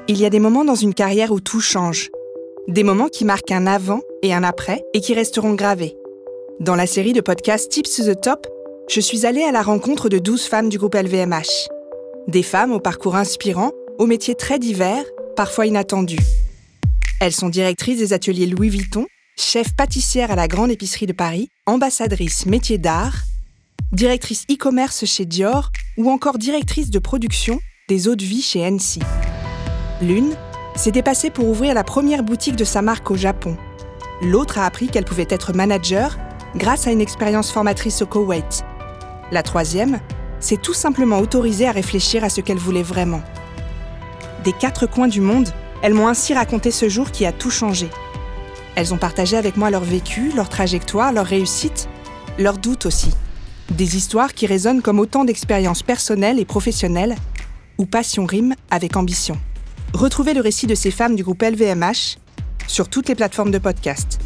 Il y a des moments dans une carrière où tout change. Des moments qui marquent un avant et un après et qui resteront gravés. Dans la série de podcasts Tips to the Top, je suis allée à la rencontre de 12 femmes du groupe LVMH. Des femmes au parcours inspirant, aux métiers très divers, parfois inattendus. Elles sont directrices des ateliers Louis Vuitton, chef pâtissière à la grande épicerie de Paris, ambassadrice métier d'art, directrice e-commerce chez Dior ou encore directrice de production des eaux de vie chez Hennessy. L'une s'est dépassée pour ouvrir la première boutique de sa marque au Japon. L'autre a appris qu'elle pouvait être manager grâce à une expérience formatrice au Koweït. La troisième s'est tout simplement autorisée à réfléchir à ce qu'elle voulait vraiment. Des 4 coins du monde, elles m'ont ainsi raconté ce jour qui a tout changé. Elles ont partagé avec moi leur vécu, leur trajectoire, leurs réussites, leurs doutes aussi. Des histoires qui résonnent comme autant d'expériences personnelles et professionnelles où passion rime avec ambition. Retrouvez le récit de ces femmes du groupe LVMH sur toutes les plateformes de podcast.